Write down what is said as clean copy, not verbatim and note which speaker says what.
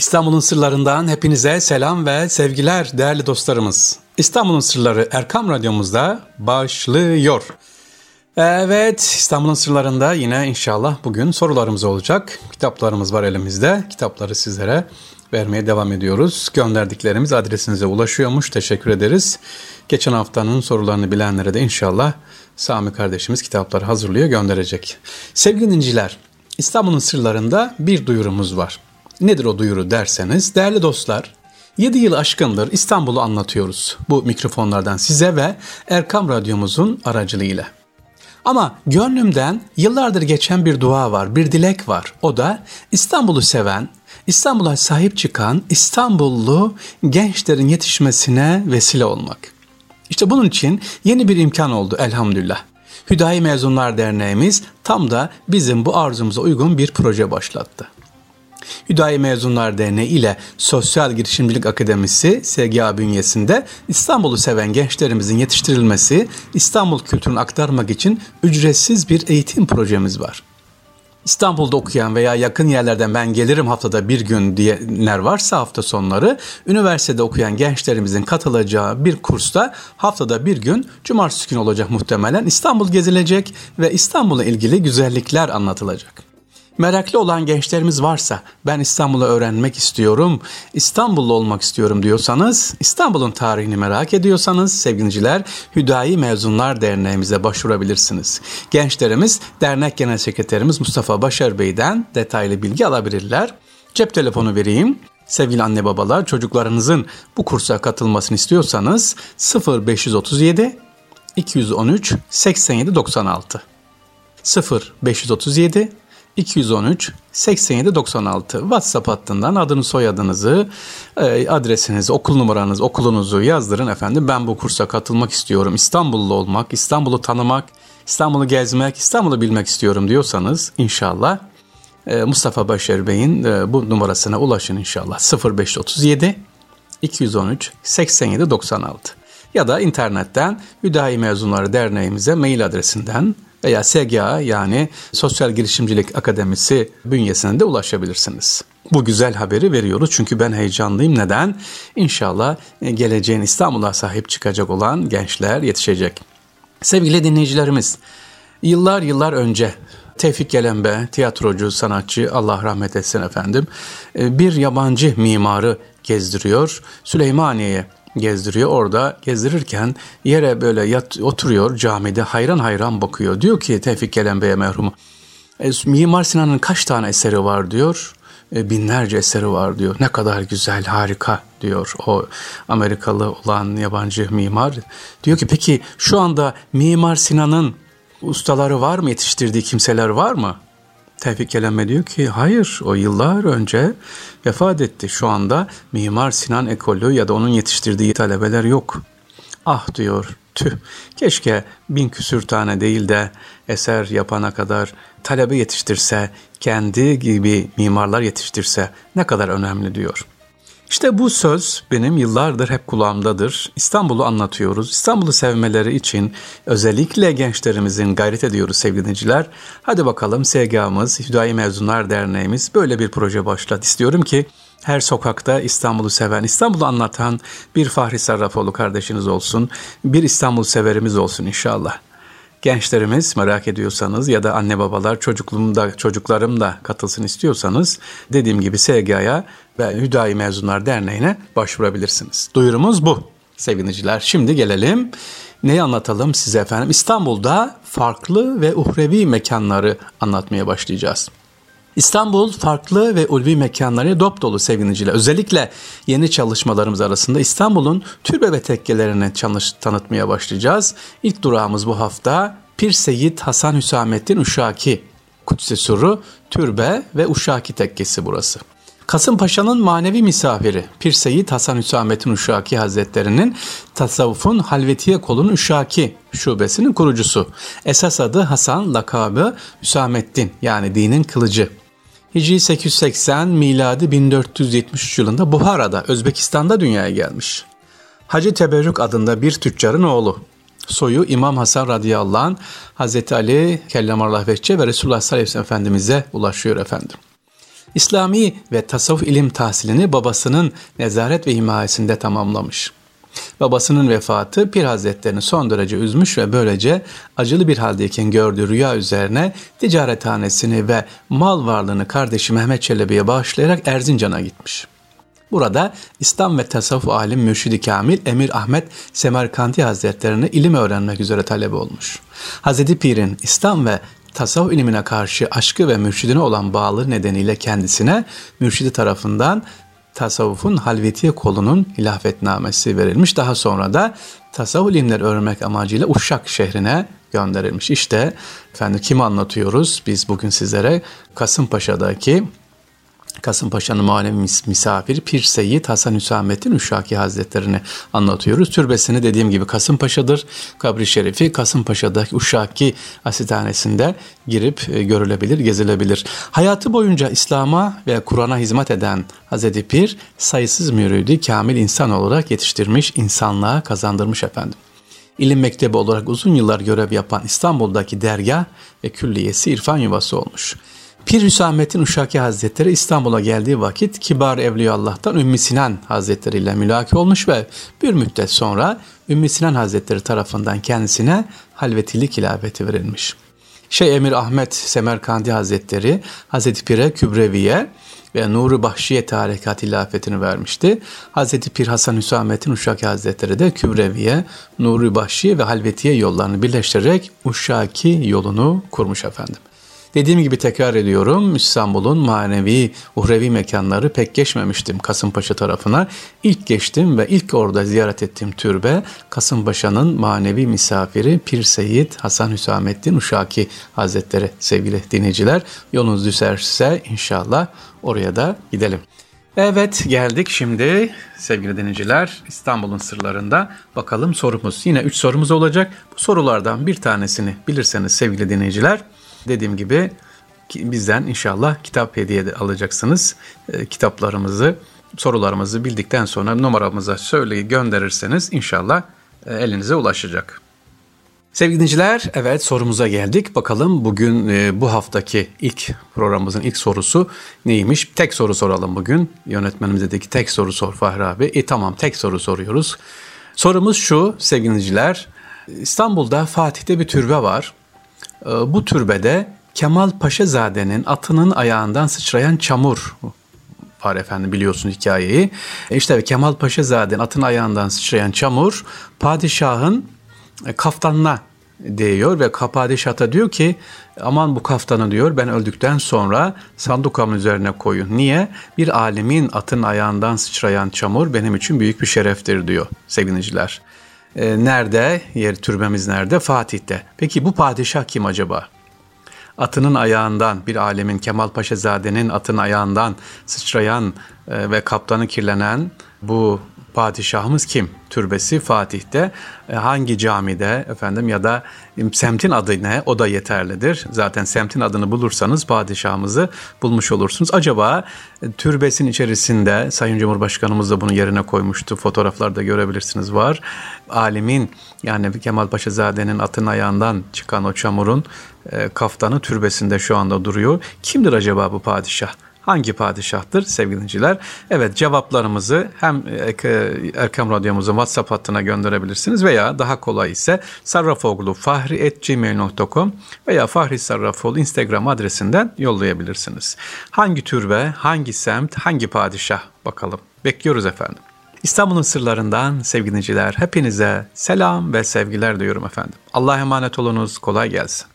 Speaker 1: İstanbul'un sırlarından hepinize selam ve sevgiler değerli dostlarımız. İstanbul'un Sırları Erkam Radyomuzda başlıyor. Evet, İstanbul'un sırlarında yine inşallah bugün sorularımız olacak. Kitaplarımız var elimizde. Kitapları sizlere vermeye devam ediyoruz. Gönderdiklerimiz adresinize ulaşıyormuş. Teşekkür ederiz. Geçen haftanın sorularını bilenlere de inşallah Sami kardeşimiz kitapları hazırlıyor, gönderecek. Sevgili dinleyiciler, İstanbul'un sırlarında bir duyurumuz var. Nedir o duyuru derseniz, değerli dostlar, 7 yıl aşkındır İstanbul'u anlatıyoruz bu mikrofonlardan size ve Erkam Radyomuzun aracılığıyla. Ama gönlümden yıllardır geçen bir dua var, bir dilek var. O da İstanbul'u seven, İstanbul'a sahip çıkan İstanbullu gençlerin yetişmesine vesile olmak. İşte bunun için yeni bir imkan oldu elhamdülillah. Hüdayi Mezunlar Derneğimiz tam da bizim bu arzumuza uygun bir proje başlattı. Hüdayi Mezunlar Derneği ile Sosyal Girişimcilik Akademisi SGA bünyesinde İstanbul'u seven gençlerimizin yetiştirilmesi, İstanbul kültürünü aktarmak için ücretsiz bir eğitim projemiz var. İstanbul'da okuyan veya yakın yerlerden ben gelirim haftada bir gün diyenler varsa hafta sonları, üniversitede okuyan gençlerimizin katılacağı bir kursta haftada bir gün cumartesi günü olacak muhtemelen İstanbul gezilecek ve İstanbul'la ilgili güzellikler anlatılacak. Meraklı olan gençlerimiz varsa, ben İstanbul'u öğrenmek istiyorum, İstanbullu olmak istiyorum diyorsanız, İstanbul'un tarihini merak ediyorsanız sevgiliciler, Hüdayi Mezunlar Derneğimize başvurabilirsiniz. Gençlerimiz, dernek genel sekreterimiz Mustafa Başar Bey'den detaylı bilgi alabilirler. Cep telefonu vereyim. Sevgili anne babalar, çocuklarınızın bu kursa katılmasını istiyorsanız 0537 213 87 96 0537 213 87 96 WhatsApp hattından adını, soyadınızı, adresinizi, okul numaranızı, okulunuzu yazdırın efendim. Ben bu kursa katılmak istiyorum. İstanbullu olmak, İstanbul'u tanımak, İstanbul'u gezmek, İstanbul'u bilmek istiyorum diyorsanız inşallah Mustafa Başar Bey'in bu numarasına ulaşın inşallah. 0537 213 87 96 ya da internetten Hüdayi Mezunları Derneğimize mail adresinden veya SGA yani Sosyal Girişimcilik Akademisi bünyesine de ulaşabilirsiniz. Bu güzel haberi veriyoruz çünkü ben heyecanlıyım. Neden? İnşallah geleceğin İstanbul'a sahip çıkacak olan gençler yetişecek. Sevgili dinleyicilerimiz, yıllar önce Tevfik Gelenbe, tiyatrocu, sanatçı, Allah rahmet etsin efendim, bir yabancı mimarı gezdiriyor, Süleymaniye'ye gezdiriyor. Orada gezdirirken yere böyle oturuyor camide, hayran bakıyor. Diyor ki Tevfik Gelenbe'ye merhumu, Mimar Sinan'ın kaç tane eseri var diyor. Binlerce eseri var diyor. Ne kadar güzel, harika diyor o Amerikalı olan yabancı mimar. Diyor ki peki şu anda Mimar Sinan'ın ustaları var mı, yetiştirdiği kimseler var mı? Tevfik Gelenbe diyor ki hayır, o yıllar önce vefat etti. Şu anda Mimar Sinan ekolü ya da onun yetiştirdiği talebeler yok. Ah diyor, tüh, keşke 1000 küsür tane değil de eser yapana kadar talebe yetiştirse, kendi gibi mimarlar yetiştirse ne kadar önemli diyor. İşte bu söz benim yıllardır hep kulağımdadır. İstanbul'u anlatıyoruz. İstanbul'u sevmeleri için özellikle gençlerimizin gayret ediyoruz sevgili dinleyiciler. Hadi bakalım SGA'mız, Hüdayi Mezunlar Derneğimiz böyle bir proje başlat. İstiyorum ki her sokakta İstanbul'u seven, İstanbul'u anlatan bir Fahri Sarrafoğlu kardeşiniz olsun. Bir İstanbul severimiz olsun inşallah. Gençlerimiz merak ediyorsanız ya da anne babalar çocuklarım da katılsın istiyorsanız dediğim gibi SGA'ya ve Hüdayi Mezunlar Derneği'ne başvurabilirsiniz. Duyurumuz bu sevgiliciler. Şimdi gelelim neyi anlatalım size efendim? İstanbul'da farklı ve uhrevi mekanları anlatmaya başlayacağız. İstanbul farklı ve ulvi mekanları dop dolu sevgiliciler. Özellikle yeni çalışmalarımız arasında İstanbul'un türbe ve tekkelerini tanıtmaya başlayacağız. İlk durağımız bu hafta Pir Seyyid Hasan Hüsamettin Uşaki Kudüs-i Sırrı Türbe ve Uşaki Tekkesi burası. Kasımpaşa'nın manevi misafiri Pir Seyyid Hasan Hüsamettin Uşaki Hazretleri'nin tasavvufun Halvetiye kolunun Uşaki şubesinin kurucusu. Esas adı Hasan, lakabı Hüsamettin yani dinin kılıcı. Hicri 880, miladi 1473 yılında Buhara'da, Özbekistan'da dünyaya gelmiş. Hacı Teberrük adında bir tüccarın oğlu. Soyu İmam Hasan radıyallahu anh, Hazreti Ali kellemallahu vecce ve Resulullah sallallahu aleyhi ve sellem Efendimiz'e ulaşıyor efendim. İslami ve tasavvuf ilim tahsilini babasının nezaret ve himayesinde tamamlamış. Babasının vefatı Pir Hazretlerini son derece üzmüş ve böylece acılı bir haldeyken gördüğü rüya üzerine ticarethanesini ve mal varlığını kardeşi Mehmet Çelebi'ye bağışlayarak Erzincan'a gitmiş. Burada İslam ve tasavvuf alim Mürşid-i Kamil Emir Ahmet Semerkandi Hazretlerine ilim öğrenmek üzere talebe olmuş. Hazreti Pir'in İslam ve tasavvuf ilimine karşı aşkı ve mürşidine olan bağlılığı nedeniyle kendisine mürşidi tarafından tasavvufun halvetiye kolunun hilafetnamesi verilmiş. Daha sonra da tasavvuf ilimleri öğrenmek amacıyla Uşak şehrine gönderilmiş. İşte efendim kimi anlatıyoruz biz bugün sizlere? Kasımpaşa'nın manevi misafiri Pir Seyyid Hasan Hüsamettin Uşaki Hazretlerini anlatıyoruz. Türbesini dediğim gibi Kasımpaşa'dır. Kabri şerifi Kasımpaşa'daki Uşaki Hasitanesinde girip görülebilir, gezilebilir. Hayatı boyunca İslam'a ve Kur'an'a hizmet eden Hazreti Pir sayısız müridi kamil insan olarak yetiştirmiş, insanlığa kazandırmış efendim. İlim mektebi olarak uzun yıllar görev yapan İstanbul'daki dergah ve külliyesi irfan yuvası olmuş. Pir Hüsamettin Uşaki Hazretleri İstanbul'a geldiği vakit Kibar Evliyaullah'tan Ümmü Sinan Hazretleri ile mülaki olmuş ve bir müddet sonra Ümmü Sinan Hazretleri tarafından kendisine halvetilik hilafeti verilmiş. Emir Ahmet Semerkandi Hazretleri Hazreti Pir'e Kübreviye ve Nur-u Bahşiye tarikat hilafetini vermişti. Hazreti Pir Hasan Hüsamettin Uşaki Hazretleri de Kübreviye, Nur-u Bahşiye ve halvetiye yollarını birleştirerek Uşaki yolunu kurmuş efendim. Dediğim gibi tekrar ediyorum, İstanbul'un manevi, uhrevi mekanları pek geçmemiştim Kasımpaşa tarafına. İlk geçtim ve ilk orada ziyaret ettiğim türbe Kasımpaşa'nın manevi misafiri Pir Seyyid Hasan Hüsamettin Uşaki Hazretleri sevgili dinleyiciler. Yolunuz düşerse inşallah oraya da gidelim. Evet geldik şimdi sevgili dinleyiciler İstanbul'un sırlarında bakalım sorumuz. Yine 3 sorumuz olacak. Bu sorulardan bir tanesini bilirseniz sevgili dinleyiciler dediğim gibi bizden inşallah kitap hediye alacaksınız. Kitaplarımızı, sorularımızı bildikten sonra numaramıza gönderirseniz inşallah elinize ulaşacak. Sevgili dinleyiciler, evet sorumuza geldik. Bakalım bugün bu haftaki ilk programımızın ilk sorusu neymiş? Tek soru soralım bugün. Yönetmenimiz dedi ki tek soru sor Fahri abi. Tamam tek soru soruyoruz. Sorumuz şu sevgili dinleyiciler. İstanbul'da Fatih'te bir türbe var. Bu türbede Kemal Paşazade'nin atının ayağından sıçrayan çamur var efendim biliyorsun hikayeyi. İşte Kemal Paşazade'nin atın ayağından sıçrayan çamur padişahın kaftanına değiyor ve padişah diyor ki aman bu kaftanı diyor ben öldükten sonra sandukamın üzerine koyun. Niye? Bir alimin atın ayağından sıçrayan çamur benim için büyük bir şereftir diyor sevgili dinleyiciler. Nerede? Türbemiz nerede? Fatih'te. Peki bu padişah kim acaba? Atının ayağından bir alemin Kemal Paşazade'nin atın ayağından sıçrayan ve kaptanı kirlenen bu padişahımız kim? Türbesi Fatih'te. Hangi camide efendim ya da semtin adı ne? O da yeterlidir. Zaten semtin adını bulursanız padişahımızı bulmuş olursunuz. Acaba türbesinin içerisinde Sayın Cumhurbaşkanımız da bunu yerine koymuştu. Fotoğraflarda görebilirsiniz var. Alimin yani Kemal Paşazade'nin atın ayağından çıkan o çamurun kaftanı türbesinde şu anda duruyor. Kimdir acaba bu padişah? Hangi padişahtır sevgili dinleyiciler? Evet cevaplarımızı hem Erkam Radyomuzun WhatsApp hattına gönderebilirsiniz veya daha kolay ise sarrafoğlu@gmail.com veya Fahri Sarrafoğlu Instagram adresinden yollayabilirsiniz. Hangi türbe, hangi semt, hangi padişah bakalım. Bekliyoruz efendim. İstanbul'un sırlarından sevgili dinleyiciler hepinize selam ve sevgiler diyorum efendim. Allah'a emanet olunuz, kolay gelsin.